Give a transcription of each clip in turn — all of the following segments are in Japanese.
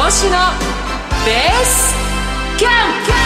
投資のベースキャン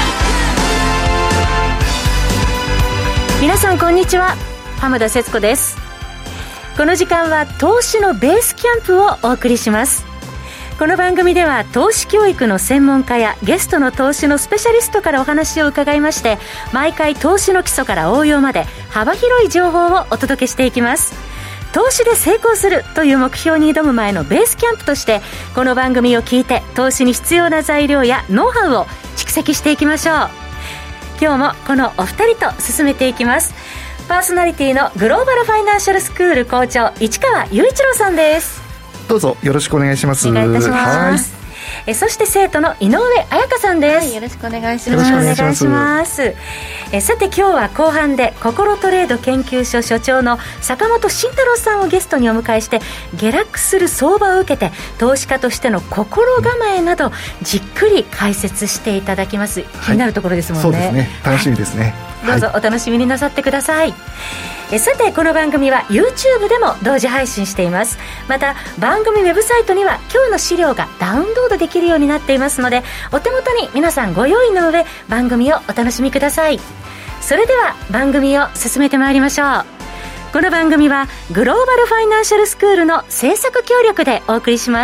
プ。 皆さんこんにちは、浜田節子です。この時間は投資のベースキャンプをお送りします。この番組では投資教育の専門家やゲストの投資のスペシャリストからお話を伺いまして、毎回投資の基礎から応用まで幅広い情報をお届けしていきます。投資で成功するという目標に挑む前のベースキャンプとして、この番組を聞いて投資に必要な材料やノウハウを蓄積していきましょう。今日もこのお二人と進めていきます。パーソナリティのグローバルファイナンシャルスクール校長、市川雄一郎さんです。 どうぞよろしくお願いします。 お願いいたします。そして生徒の井上彩香さんです。 はい、よろしくお願いします。 よろしくお願いします。さて今日は後半で心トレード研究所所長の坂本慎太郎さんをゲストにお迎えして、下落する相場を受けて投資家としての心構えなどじっくり解説していただきます。気になるところですもんね。 そうですね、楽しみですね、 どうぞお楽しみになさってください。さてこの番組は YouTube でも同時配信しています。また番組ウェブサイトには今日の資料がダウンロードできるようになっていますので、お手元に皆さんご用意の上番組をお楽しみください。それでは番組を進めてまいりましょう。この番組はグローバルファイナンシャルスクールの制作協力でお送りします。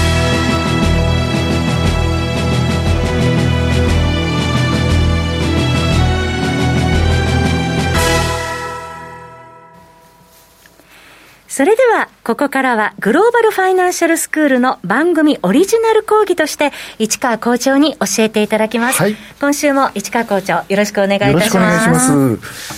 それではここからはグローバルファイナンシャルスクールの番組オリジナル講義として市川校長に教えていただきます、はい、今週も市川校長よろしくお願いいたします。 よろしくお願いします。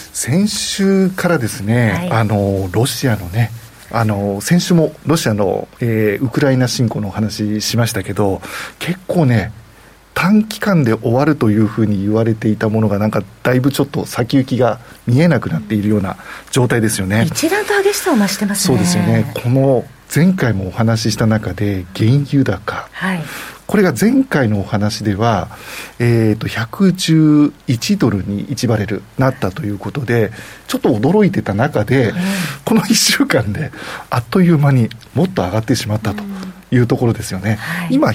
先週からですね、はい、ロシアのね、先週もロシアの、ウクライナ侵攻のお話しましたけど、結構ね短期間で終わるというふうに言われていたものがなんかだいぶちょっと先行きが見えなくなっているような状態ですよね。 一段と激しさを増してますね。 そうですよね。この前回もお話しした中で原油高、はい、これが前回のお話では、111ドルに1バレルなったということでちょっと驚いてた中で、この1週間であっという間にもっと上がってしまったというところですよね、はい、今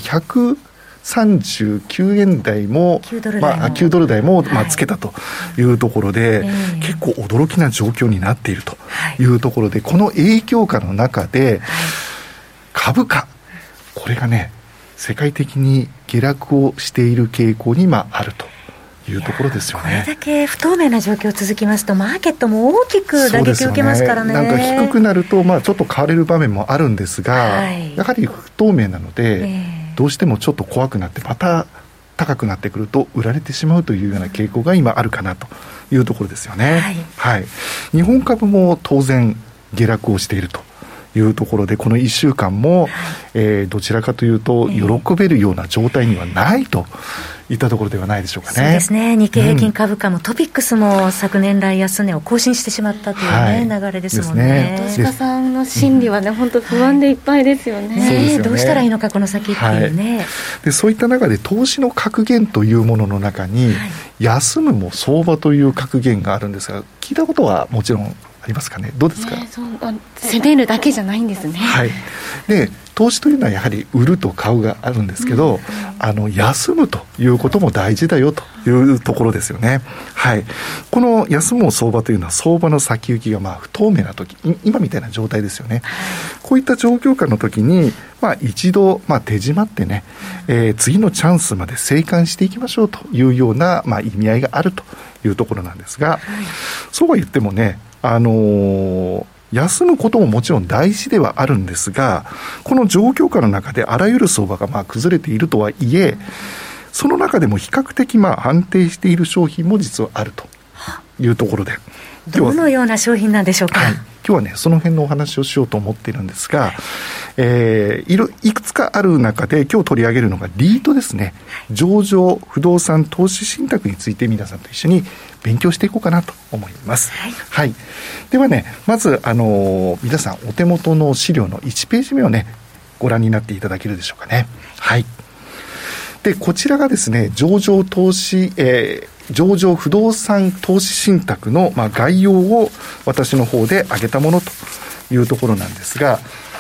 139円台も9ドル台もつけたというところで、結構驚きな状況になっているというところで、この影響下の中で株価、これがね世界的に下落をしている傾向に今あるというところですよね。 これだけ不透明な状況続きますとマーケットも大きく打撃を受けますからね。 なんか低くなると、ちょっと買われる場面もあるんですが、はい、やはり不透明なので、どうしてもちょっと怖くなってまた高くなってくると売られてしまうというような傾向が今あるかなというところですよね、はいはい、日本株も当然下落をしているというところで、この1週間も、どちらかというと喜べるような状態にはないといったところではないでしょうかね。 そうですね。日経平均株価もトピックスも昨年来安値を更新してしまったという、ね、はい、流れですもんね。 投資家さんの心理はね、本当不安でいっぱいですよね、 はい、ね、どうしたらいいのかこの先っていうね、 はい、でそういった中で投資の格言というものの中に、はい、休むも相場という格言があるんですが、聞いたことはもちろんありますかね。どうですか。 攻めるだけじゃないんですね。 はい。で投資というのはやはり売ると買うがあるんですけど、休むということも大事だよというところですよね。はい。この休む相場というのは相場の先行きが不透明な時、今みたいな状態ですよね。こういった状況下の時に、一度手締まってね、次のチャンスまで静観していきましょうというような意味合いがあるというところなんですが、はい、そうは言ってもね、休むことももちろん大事ではあるんですが、この状況下の中であらゆる相場が崩れているとはいえ、その中でも比較的安定している商品も実はあるというところで、 どのような商品なんでしょうか。 はい、今日はねその辺のお話をしようと思っているんですが、いくつかある中で今日取り上げるのがリートですね。上場不動産投資信託について皆さんと一緒に勉強していこうかなと思います。はい。はい、ではね、まず皆さんお手元の資料の1ページ目をねご覧になっていただけるでしょうかね。はい。でこちらがですね上場不動産投資信託の概要を私の方で挙げたものというところなんですが、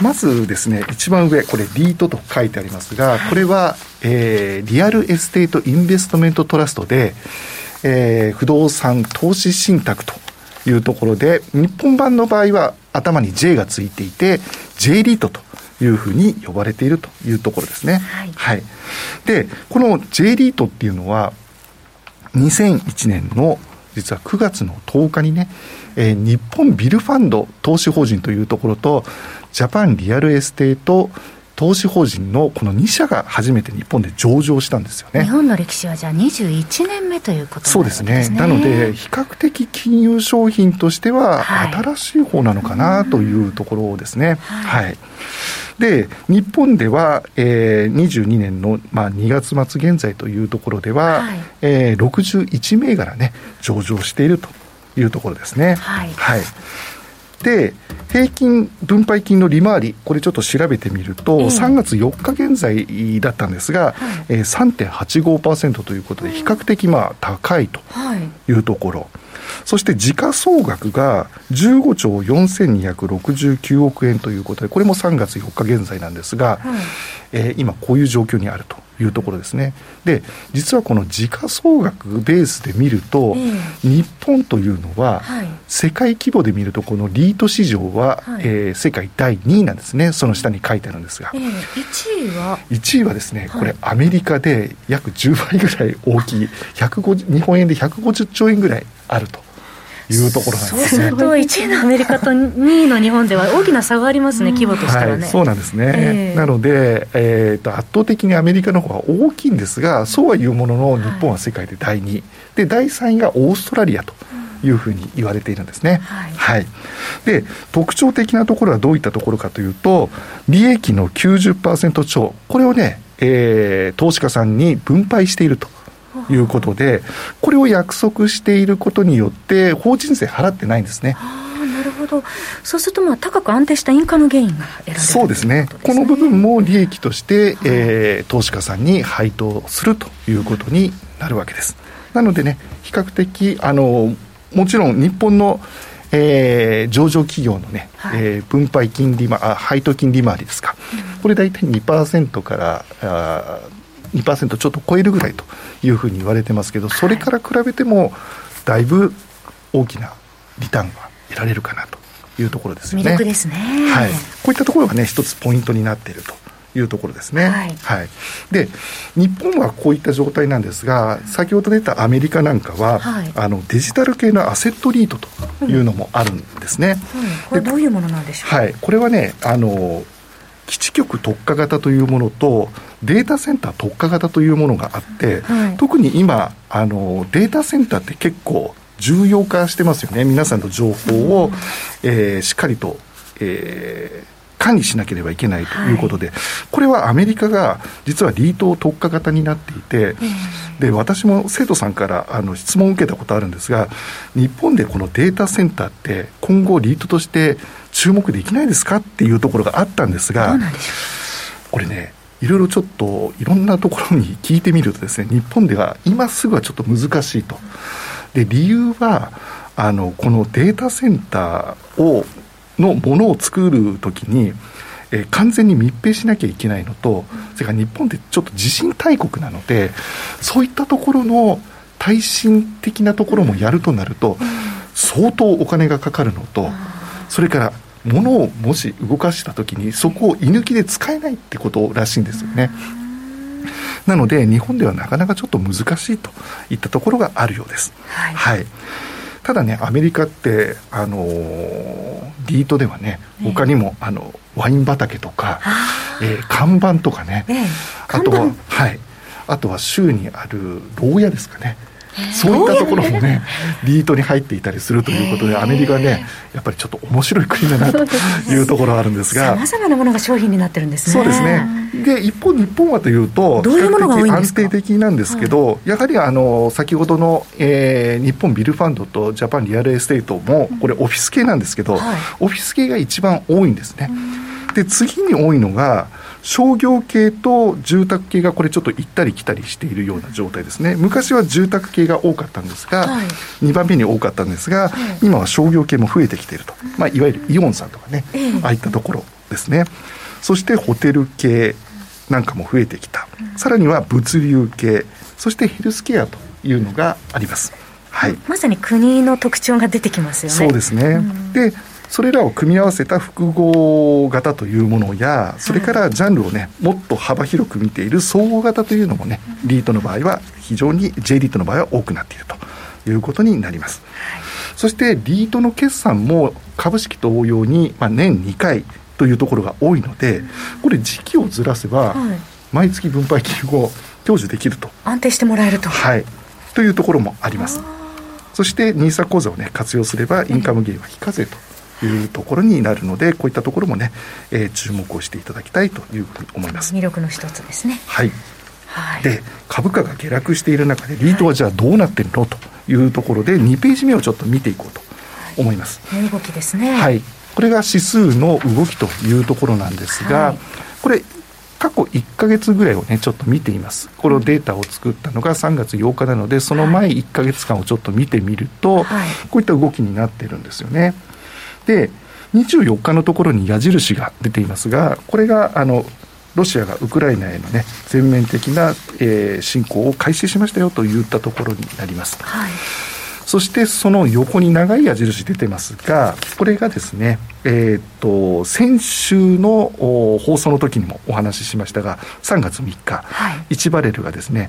まずですね、一番上、これリートと書いてありますが、これは、リアルエステートインベストメントトラストで、不動産投資信託というところで、日本版の場合は頭に J がついていて J リートというふうに呼ばれているというところですね。はい。はい。で、この J リートっていうのは2001年の実は9月の10日にね、日本ビルファンド投資法人というところとジャパンリアルエステート投資法人のこの2社が初めて日本で上場したんですよね。 日本の歴史はじゃあ21年目ということなんですね。 そうですね。なので比較的金融商品としては新しい方なのかなというところですね。はい。はい、で日本では、22年の、2月末現在というところでは、はい、61銘柄ね上場しているというところですね。はい。はい。で平均分配金の利回り、これちょっと調べてみると、3月4日現在だったんですが、3.85% ということで比較的高いというところ、そして時価総額が15兆4269億円ということで、これも3月4日現在なんですが、今こういう状況にあるというところですね。で実はこの時価総額ベースで見ると、日本というのは、世界規模で見るとこのリート市場は、世界第2位なんですね。その下に書いてあるんですが、1位はですね、これアメリカで約10倍ぐらい大きい日本円で150兆円ぐらいあるというところなんですね。 そうすると1位のアメリカと2位の日本では大きな差がありますね、規模としてはね。 はい、そうなんですね。なので、圧倒的にアメリカの方が大きいんですが、そうはいうものの日本は世界で第2位で、第3位がオーストラリアというふうに言われているんですね。はい。はい、で特徴的なところはどういったところかというと、利益の 90% 超、これをね、投資家さんに分配しているということで、これを約束していることによって法人税払ってないんですね。 なるほど。そうすると高く安定したインカムゲインが得られる。 そうですね。この部分も利益として、投資家さんに配当するということになるわけです。なのでね、比較的もちろん日本の、上場企業のね、分配金利配当金利回りですか、これ大体 2% から2% ちょっと超えるぐらいというふうに言われてますけど、それから比べてもだいぶ大きなリターンが得られるかなというところですよね。 魅力ですね。 はい。こういったところがね一つポイントになっているというところですね。はい。はい。で日本はこういった状態なんですが、先ほど出たアメリカなんかは、デジタル系のアセットリートというのもあるんですね。 これどういうものなんでしょうか。 はい。これはね基地局特化型というものとデータセンター特化型というものがあって、特に今データセンターって結構重要化してますよね。皆さんの情報を、しっかりと、管理しなければいけないということで、これはアメリカが実はリート特化型になっていて、で私も生徒さんから質問を受けたことあるんですが、日本でこのデータセンターって今後リートとして注目できないですかっていうところがあったんですが、 どうなんでしょう。 これね、いろいろちょっといろんなところに聞いてみるとですね、日本では今すぐはちょっと難しいと。で理由はこのデータセンターのものを作るときに、完全に密閉しなきゃいけないのと、それから日本ってちょっと地震大国なので、そういったところの耐震的なところもやるとなると、相当お金がかかるのと、それから物をもし動かしたときにそこを居抜きで使えないってことらしいんですよね。なので日本ではなかなかちょっと難しいといったところがあるようです。はい。はい。ただね、アメリカってリートではね、他にもワイン畑とか、看板とかね、あとは州にある牢屋ですかね、そういったところもねリートに入っていたりするということで、アメリカはねやっぱりちょっと面白い国だなというところがあるんですが、 さまざまなものが商品になってるんですね。 そうですね。で一方日本はというとどういうものが多いんですか。 安定的なんですけど、やはり先ほどの、日本ビルファンドとジャパンリアルエステートもこれオフィス系なんですけど、オフィス系が一番多いんですね。で次に多いのが商業系と住宅系がこれちょっと行ったり来たりしているような状態ですね。昔は住宅系が多かったんですが、2番目に多かったんですが、今は商業系も増えてきていると、いわゆるイオンさんとかね、ああいったところですね。そしてホテル系なんかも増えてきた。さらには物流系、そしてヘルスケアというのがあります。はい、 まさに国の特徴が出てきますよね。 そうですね。でそれらを組み合わせた複合型というものや、それからジャンルをねもっと幅広く見ている総合型というのもね、リートの場合は非常に J リートの場合は多くなっているということになります。そしてリートの決算も株式と同様に、年2回というところが多いので、これ時期をずらせば、毎月分配金を享受できると、 安定してもらえると、 というところもあります。そして NISA 口座をね活用すればインカムゲインは非課税というところになるので、こういったところもね、注目をしていただきたいというふうに思います。 魅力の一つですね。 で株価が下落している中でリートはじゃあどうなっているのというところで、2ページ目をちょっと見ていこうと思います。 値動きですね。 これが指数の動きというところなんですが、これ過去1ヶ月ぐらいをねちょっと見ています。このデータを作ったのが3月8日なので、その前1ヶ月間をちょっと見てみると、こういった動きになっているんですよね。で24日のところに矢印が出ていますが、これがロシアがウクライナへのね全面的な、侵攻を開始しましたよといったところになります。そしてその横に長い矢印出てますが、これがですね、先週の放送の時にもお話ししましたが、3月3日、1バレルがですね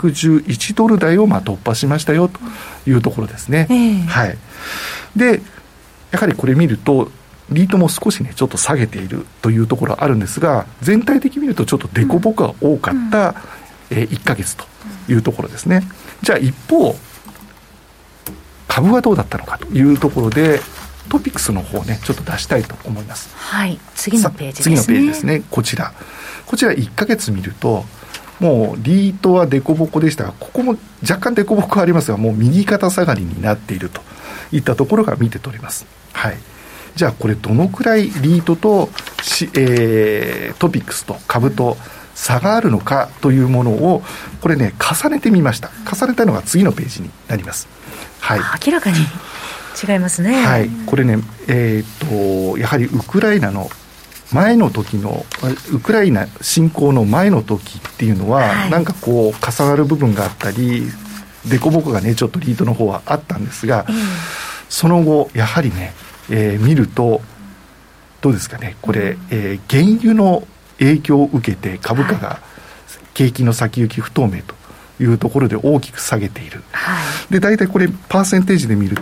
111ドル台を突破しましたよというところですね。でやはりこれ見るとリートも少しねちょっと下げているというところはあるんですが、全体的に見るとちょっとデコボコが多かった、1ヶ月というところですね。じゃあ一方株はどうだったのかというところで、トピックスの方をねちょっと出したいと思います。 次のページですね。 次のページですね。こちら1ヶ月見ると、もうリートはデコボコでしたが、ここも若干デコボコありますが、もう右肩下がりになっているといったところが見て取れます。じゃあこれどのくらいリートと、トピックスと株と差があるのかというものをこれね重ねてみました。重ねたのが次のページになります。 明らかに違いますね。 これね、やはりウクライナの前の時のウクライナ侵攻の前の時っていうのは、なんかこう重なる部分があったりデコボコがねちょっとリートの方はあったんですが、その後やはりね、見るとどうですかね、これ、原油の影響を受けて株価が景気の先行き不透明というところで大きく下げている。で大体これパーセンテージで見ると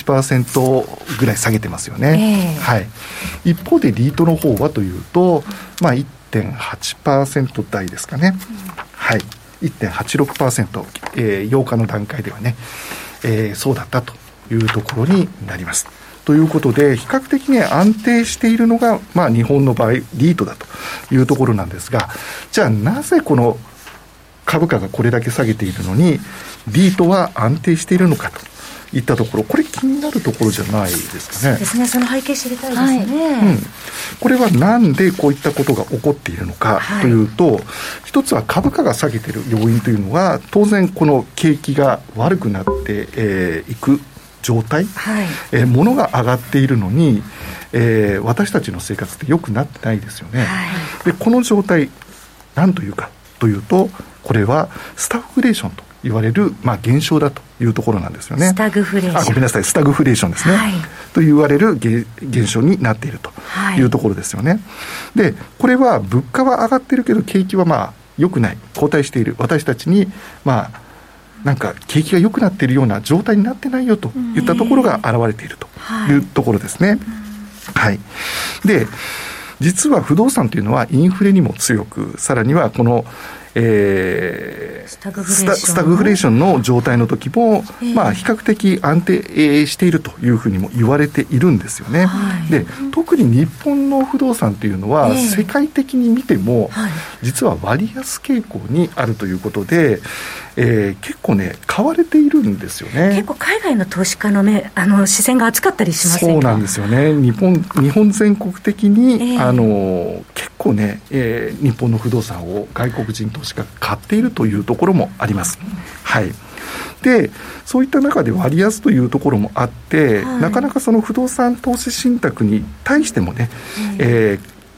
11% ぐらい下げてますよね。一方でリートの方はというと、1.8% 台ですかね。1.86%、8日の段階ではね、そうだったというところになります。ということで比較的ね安定しているのが、日本の場合リートだというところなんですが、じゃあなぜこの株価がこれだけ下げているのにリートは安定しているのかといったところ、これ気になるところじゃないですかね。 そうですね、その背景知りたいですね。 これはなんでこういったことが起こっているのかというと、一つは株価が下げている要因というのは当然この景気が悪くなっていく状態、物が上がっているのに、私たちの生活って良くなってないですよね。でこの状態何というかというと、これはスタグフレーションと言われる、現象だというところなんですよね。 スタグフレーション、 ごめんなさい、スタグフレーションですね、と言われる現象になっているというところですよね。でこれは物価は上がっているけど景気は良くない、後退している、私たちになんか景気が良くなっているような状態になってないよといったところが現れているというところですね。で実は不動産というのはインフレにも強く、さらにはこの、スタグフレーションの状態の時も、比較的安定しているというふうにも言われているんですよね。で特に日本の不動産というのは、世界的に見ても、実は割安傾向にあるということで、結構ね買われているんですよね。 結構海外の投資家の視線が厚かったりしませんか。 そうなんですよね。日本全国的に、結構ね、日本の不動産を外国人投資家が買っているというところもあります。でそういった中で割安というところもあって、なかなかその不動産投資信託に対してもね、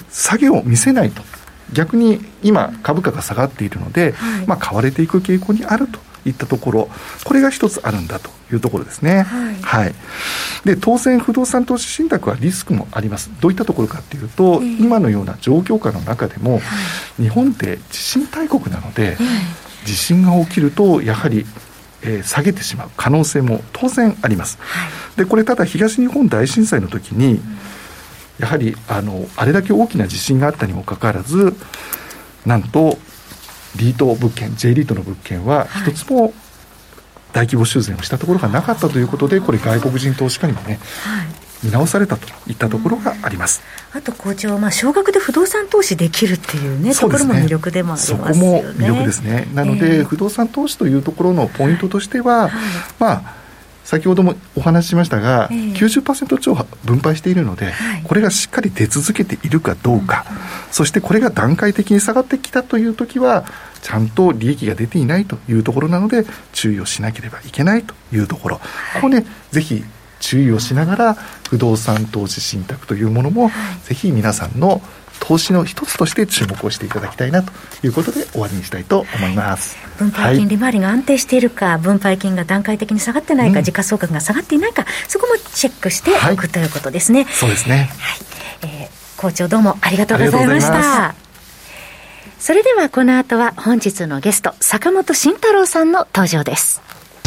下げを見せないと、逆に今株価が下がっているので、買われていく傾向にあるといったところ、これが一つあるんだというところですね。で、当然不動産投資信託はリスクもあります。どういったところかというと、今のような状況下の中でも、日本って地震大国なので、地震が起きるとやはり下げてしまう可能性も当然あります。で、これただ東日本大震災の時に、やはりあれだけ大きな地震があったにもかかわらず、なんとリート物件、J リートの物件は一つも大規模修繕をしたところがなかったということで、これ外国人投資家にもね、見直されたといったところがあります。 あと校長、少額で不動産投資できるっていうね、ところも魅力でもありますよね。 そこも魅力ですね。なので、不動産投資というところのポイントとしては、先ほどもお話ししましたが、90% 超分配しているので、これがしっかり出続けているかどうか、そしてこれが段階的に下がってきたというときは、ちゃんと利益が出ていないというところなので、注意をしなければいけないというところ、ここね、ぜひ注意をしながら、不動産投資信託というものも、ぜひ皆さんの投資の一つとして注目をしていただきたいなということで終わりにしたいと思います。 分配金利回りが安定しているか、分配金が段階的に下がってないか、時価総額が下がっていないか、そこもチェックしておくということですね。 そうですね。 校長どうもありがとうございました。それではこの後は本日のゲスト、坂本慎太郎さんの登場です。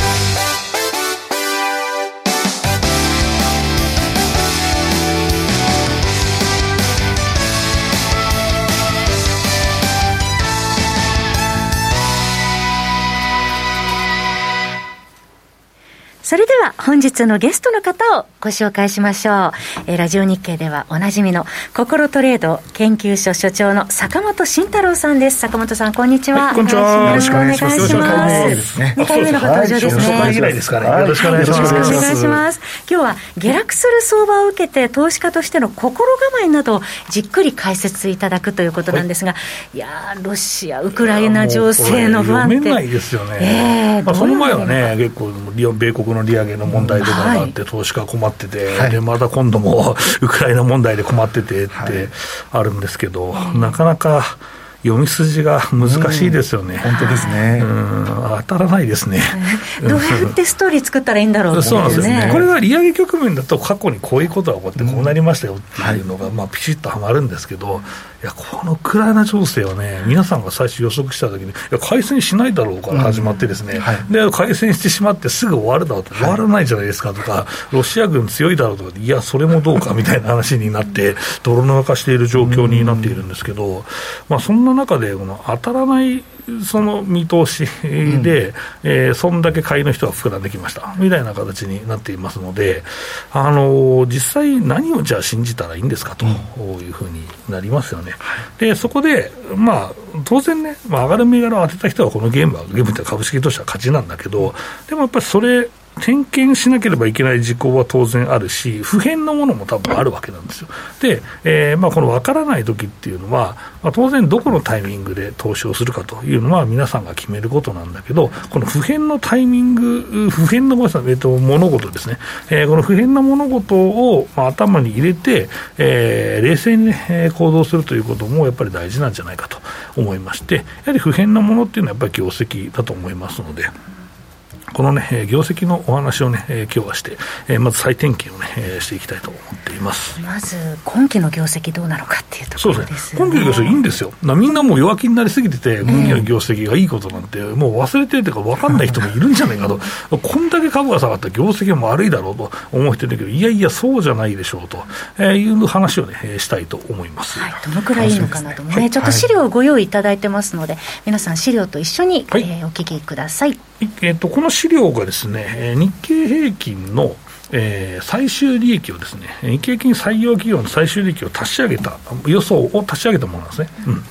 それでは本日のゲストの方をご紹介しましょう。ラジオ日経ではおなじみの心トレード研究所所長の坂本慎太郎さんです。坂本さん、こんにちは。 こんにちは。 よろしくお願いします。2回目のご登場ですね。 4回ぐらいですかね。よろしくお願いします。 よろしくお願いします。今日は下落する相場を受けて投資家としての心構えなどをじっくり解説いただくということなんですが、いやロシアウクライナ情勢の不安定、 読めないですよね。その前はね、結構米国の利上げの問題とかがあって、投資家困ってて、でまた今度もウクライナ問題で困っててってあるんですけど、なかなか読み筋が難しいですよね。 本当ですね。 当たらないですね。 どうやってストーリー作ったらいいんだろうっていうね。そうなんですね。 これが利上げ局面だと過去にこういうことが起こってこうなりましたよっていうのが、ピシッとはまるんですけど、いやこのウクライナ情勢はね、皆さんが最初予測したときに、いや開戦しないだろうから始まってですね、で開戦してしまってすぐ終わるだろうと、終わらないじゃないですかとか、ロシア軍強いだろうとか、いやそれもどうかみたいな話になって泥沼化している状況になっているんですけど、そんな中でこの当たらないその見通しで、そんだけ買いの人が膨らんできましたみたいな形になっていますので、実際何をじゃあ信じたらいいんですかというふうになりますよね。でそこで当然ね、上がる銘柄を当てた人はこのゲームって株式としては勝ちなんだけど、でもやっぱりそれ点検しなければいけない事項は当然あるし、不変のものも多分あるわけなんですよ。で、この分からない時っていうのは、当然どこのタイミングで投資をするかというのは皆さんが決めることなんだけど、この不変のタイミング、不変の物事ですね、この不変の物事を、頭に入れて、冷静に、行動するということもやっぱり大事なんじゃないかと思いまして、やはり不変なものっていうのはやっぱり業績だと思いますので、このね、業績のお話をね、今日はして、まず再点検をね、していきたいと思っています。 まず今期の業績どうなのかっていうところですね。 今期の業績いいんですよ。みんなもう弱気になりすぎてて、今期の業績がいいことなんてもう忘れてるというか分かんない人もいるんじゃないかとこんだけ株が下がったら業績も悪いだろうと思う人いるけど、いやいやそうじゃないでしょうという話をね、したいと思います。 どのくらいいいのかなとね、ちょっと資料をご用意いただいてますので、皆さん資料と一緒に、お聞きください。 この資料がですね、日経平均の最終利益をですね、日経平均採用企業の最終利益を足し上げた、予想を足し上げたものなんですね。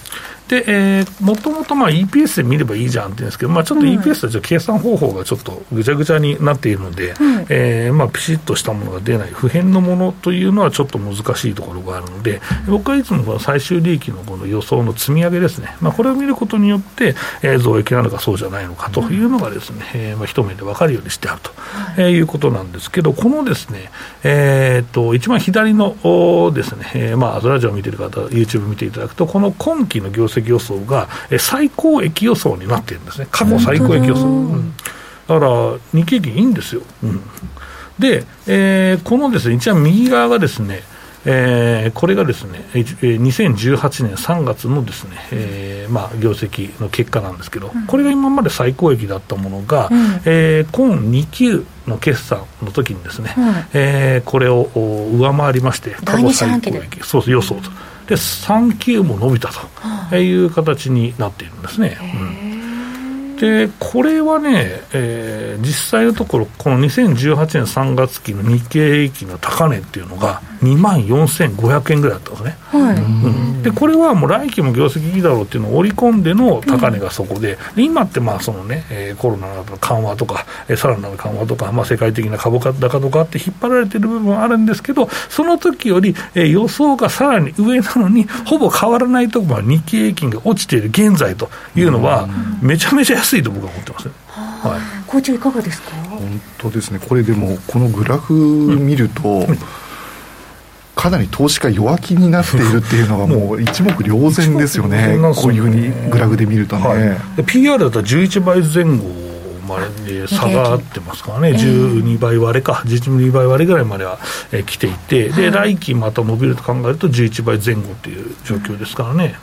で、もともとEPS で見ればいいじゃんって言うんですけど、ちょっと EPS と計算方法がちょっとぐちゃぐちゃになっているので、ピシッとしたものが出ない不変のものというのはちょっと難しいところがあるので、僕はいつもこの最終利益のこの予想の積み上げですね、これを見ることによって、増益なのかそうじゃないのかというのがですね、一目で分かるようにしてあると、いうことなんですけど、このですね、一番左のですね、ラジオを見ている方、YouTube 見ていただくと、この今期の業績予想が最高益予想になっているんですね。過去最高益予想、だから日経平均いいんですよ、で、このですね、一番右側がですね、これがですね、2018年3月のですね、業績の結果なんですけど、これが今まで最高益だったものが、今2級の決算の時にですね、これを上回りまして、過去最高益、そう予想と。で3級も伸びたという形になっているんですね。でこれはね、実際のところこの2018年3月期の日経平均の高値っていうのが24,500円ぐらいだったんですね、でこれはもう来期も業績いいだろうっていうのを織り込んでの高値がそこで、今ってそのね、コロナの緩和とか、さらなる緩和とか、世界的な株価高とかって引っ張られてる部分はあるんですけど、その時より、予想がさらに上なのにほぼ変わらないところまで日経平均が落ちている現在というのはめちゃめちゃ安いと僕は思ってますね。 校長いかがですか？ 本当ですね。これでもこのグラフ見ると、かなり投資家弱気になっているっていうのがもう一目瞭然ですよね。こういうふうにグラフで見るとね、 PR だったら11倍前後まで差があってますからね、12倍割れか、12倍割れぐらいまでは来ていて、で来期また伸びると考えると11倍前後っていう状況ですからね。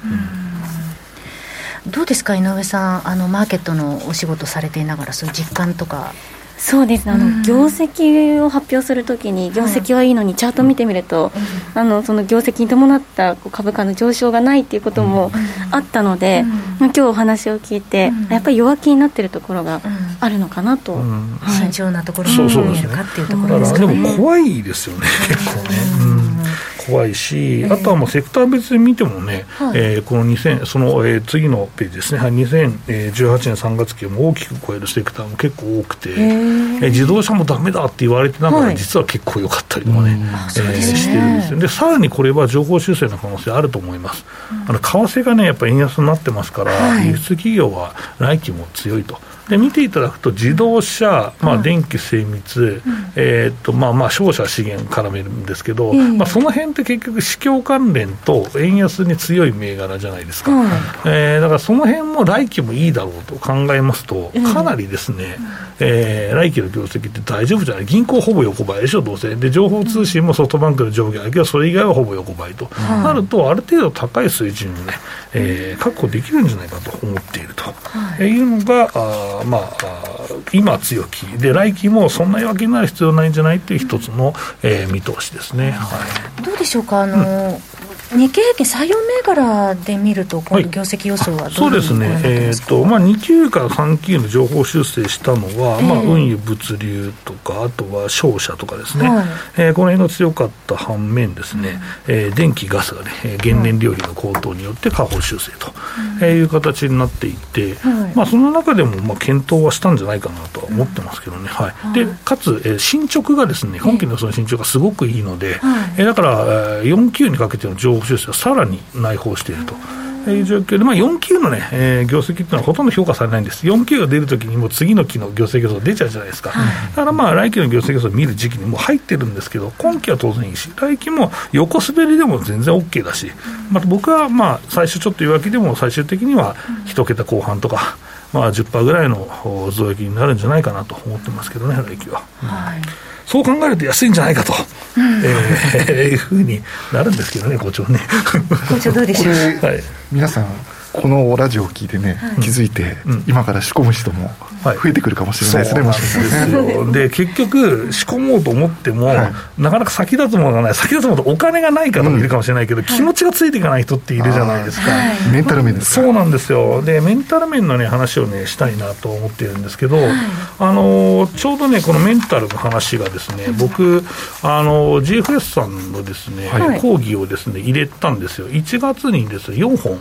どうですか、井上さん、マーケットのお仕事されていながらそういう実感とか。 そうですね、業績を発表するときに業績はいいのにチャート見てみると、その業績に伴った株価の上昇がないっていうこともあったので、今日お話を聞いて、やっぱり弱気になっているところがあるのかなと、 慎重なところに見えるかっていうところですかね。 でも怖いですよね、結構ね、怖いし、あとはもうセクター別に見てもね、この次のページですね、2018年3月期を大きく超えるセクターも結構多くて、自動車もダメだって言われてながら、実は結構良かったりとかね、してるんですよ。でさらにこれは情報修正の可能性あると思います。為替がねやっぱり円安になってますから、輸出企業は来期も強いと。で見ていただくと自動車、電気精密、商社資源絡めるんですけど、その辺って結局市況関連と円安に強い銘柄じゃないですか、だからその辺も来期もいいだろうと考えますと、かなりですね、来期の業績って大丈夫じゃない。銀行ほぼ横ばいでしょどうせで、情報通信もソフトバンクの上下だけどそれ以外はほぼ横ばいと、なるとある程度高い水準にね、確保できるんじゃないかと思っていると、いうのが今強気で、来期もそんな弱気になる必要ないんじゃないっていう一つの、見通しですね。 どうでしょうか、日経平均採用銘柄で見ると今度業績予想はどういうふうになってますか？ 2級から3級の情報修正したのは、運輸物流とか、あとは商社とかですね、この辺が強かった反面ですね、電気ガスがね、原燃料費の高騰によって下方修正という形になっていて、その中でも検討はしたんじゃないかなとは思ってますけどね、でかつ、進捗がですね、今期のその進捗がすごくいいので、だから4級にかけての情報修正はさらに内包しているという状況で、4級の、ね業績というのはほとんど評価されないんです。4級が出るときにもう次の期の業績予想出ちゃうじゃないですか、だから来期の業績予想を見る時期にもう入ってるんですけど、今期は当然いいし、来期も横滑りでも全然 OK だし、僕は最初ちょっと弱気でも最終的には1桁後半とか、10% ぐらいの増益になるんじゃないかなと思ってますけどね、来期は。そう考えると安いんじゃないかと、いうふうになるんですけどね、校長ね。 校長どうでしょう。 皆さんこのラジオを聞いてね、気づいて、今から仕込む人も増えてくるかもしれないですね、もしかしたらね。 で結局仕込もうと思っても、なかなか先立つものがない、先立つものとお金がない方もいるかもしれないけど、気持ちがついていかない人っているじゃないですか。 メンタル面ですか。 そうなんですよ。でメンタル面の、ね、話を、ね、したいなと思っているんですけど、ちょうどねこのメンタルの話がですね、僕GFS さんのですね、講義をですね入れたんですよ。1月にですね4本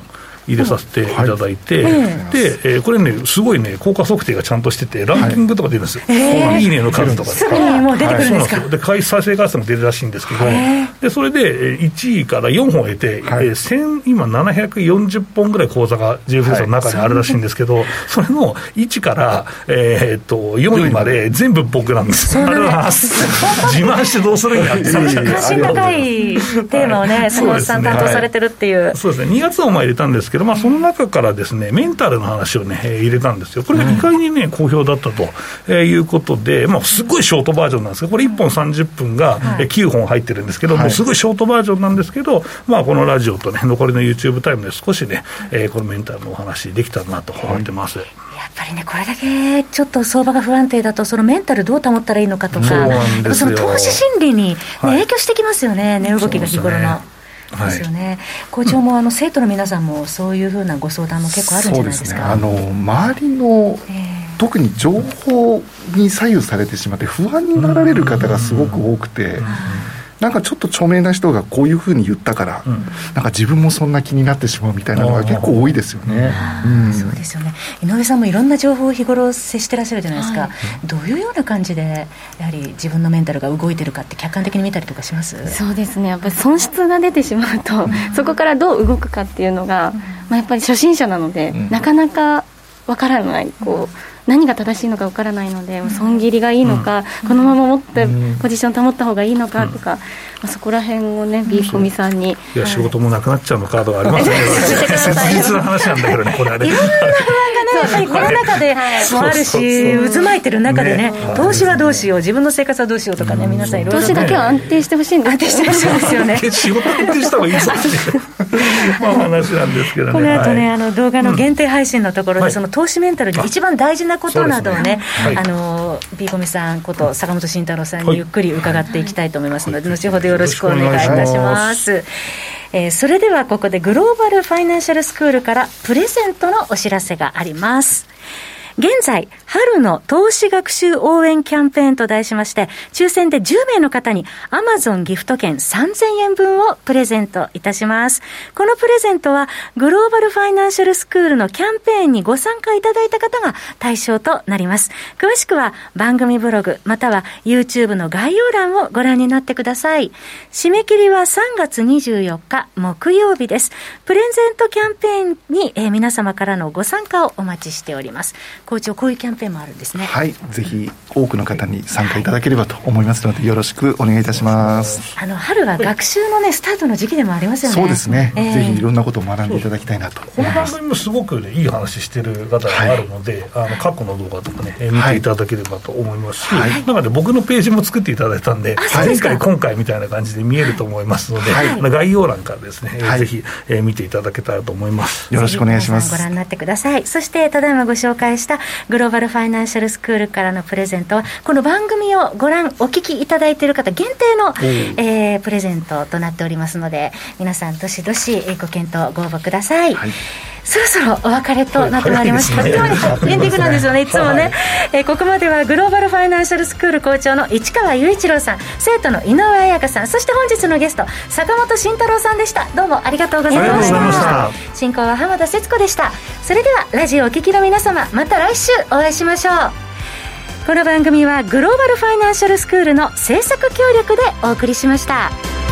入れさせていただいて、で、これねすごいね効果測定がちゃんとしててランキングとか出るんですよ、いいねの数とかすぐにもう出てくるんですか。 で再生回数も出るらしいんですけど、でそれで1位から4本得て、今740本ぐらい講座が自由フルーツの中にあるらしいんですけど、それの1から、4位まで全部僕なんです。ありがとうございます。自慢してどうするんやって関心高いテーマをね、坂本さん担当されてるっていう。 そうですね、2月を入れたんですけど、その中からですね、メンタルの話をね、入れたんですよ。これが意外にね、好評だったということで、すごいショートバージョンなんですけど、これ1本30分が9本入ってるんですけど、もうすごいショートバージョンなんですけど、このラジオとね、残りの YouTube タイムで少しね、このメンタルのお話できたらなと思ってます。 やっぱりね、これだけちょっと相場が不安定だと、そのメンタルどう保ったらいいのかとか、その投資心理に、影響してきますよね、値動きが日頃の。ですよね。校長も生徒の皆さんもそういうふうなご相談も結構あるんじゃないですか。 そうですね、周りの、特に情報に左右されてしまって不安になられる方がすごく多くて、なんかちょっと著名な人がこういうふうに言ったから、なんか自分もそんな気になってしまうみたいなのが結構多いですよね。 そうですよね。井上さんもいろんな情報を日頃接してらっしゃるじゃないですか、どういうような感じでやはり自分のメンタルが動いてるかって客観的に見たりとかします？ そうですね、やっぱり損失が出てしまうと、そこからどう動くかっていうのが、やっぱり初心者なので、なかなかわからない、何が正しいのかわからないので、損切りがいいのか、このまま持ってポジション保った方がいいのかとか、そこら辺をね、ビーコミさんに、 いや、仕事もなくなっちゃうのかとかありますね。切実な話なんだけどね、これはね。 いろんな不安がね、やっぱりコロナ禍でもあるし、渦巻いてる中でね、投資はどうしよう、自分の生活はどうしようとかね、皆さんいろいろ。 投資だけは安定してほしいんです。 安定してほしいですよね。 仕事安定した方がいいぞっていう話なんですけどね。 この後ね、動画の限定配信のところで、その投資メンタルに一番大事なことなどをね、ビーコミさんこと坂本慎太郎さんにゆっくり伺っていきたいと思いますので、後ほどよろしくお願いいたします。それではここでグローバルファイナンシャルスクールからプレゼントのお知らせがあります。現在、春の投資学習応援キャンペーンと題しまして、抽選で10名の方に Amazon ギフト券3000円分をプレゼントいたします。このプレゼントは、グローバルファイナンシャルスクールのキャンペーンにご参加いただいた方が対象となります。詳しくは番組ブログ、または YouTube の概要欄をご覧になってください。締め切りは3月24日木曜日です。プレゼントキャンペーンに、皆様からのご参加をお待ちしております。校長、こういうキャンペーンもあるんですね。 はい、ぜひ多くの方に参加いただければと思いますので、よろしくお願いいたします。 春は学習のね、スタートの時期でもありますよね。 そうですね、ぜひいろんなことを学んでいただきたいなとこの番組もすごく、ね、いい話してる方があるので、過去の動画とかね、見ていただければと思いますし、中で僕のページも作っていただいたんで、前回今回みたいな感じで見えると思いますので、概要欄からですね、ぜひ、見ていただけたらと思います。 よろしくお願いします。 ご覧になってください。そしてただいまご紹介したグローバルファイナンシャルスクールからのプレゼントは、この番組をお聞きいただいている方限定の、プレゼントとなっておりますので、皆さんどしどしご検討ご応募ください。そろそろお別れとなってまいりました。エンディングなんですよね、いつもね。ここまではグローバルファイナンシャルスクール校長の市川雄一郎さん、生徒の井上彩香さん、そして本日のゲスト坂本慎太郎さんでした。どうもありがとうございました。進行は浜田節子でした。それではラジオお聞きの皆様、また来週お会いしましょう。この番組はグローバルファイナンシャルスクールの制作協力でお送りしました。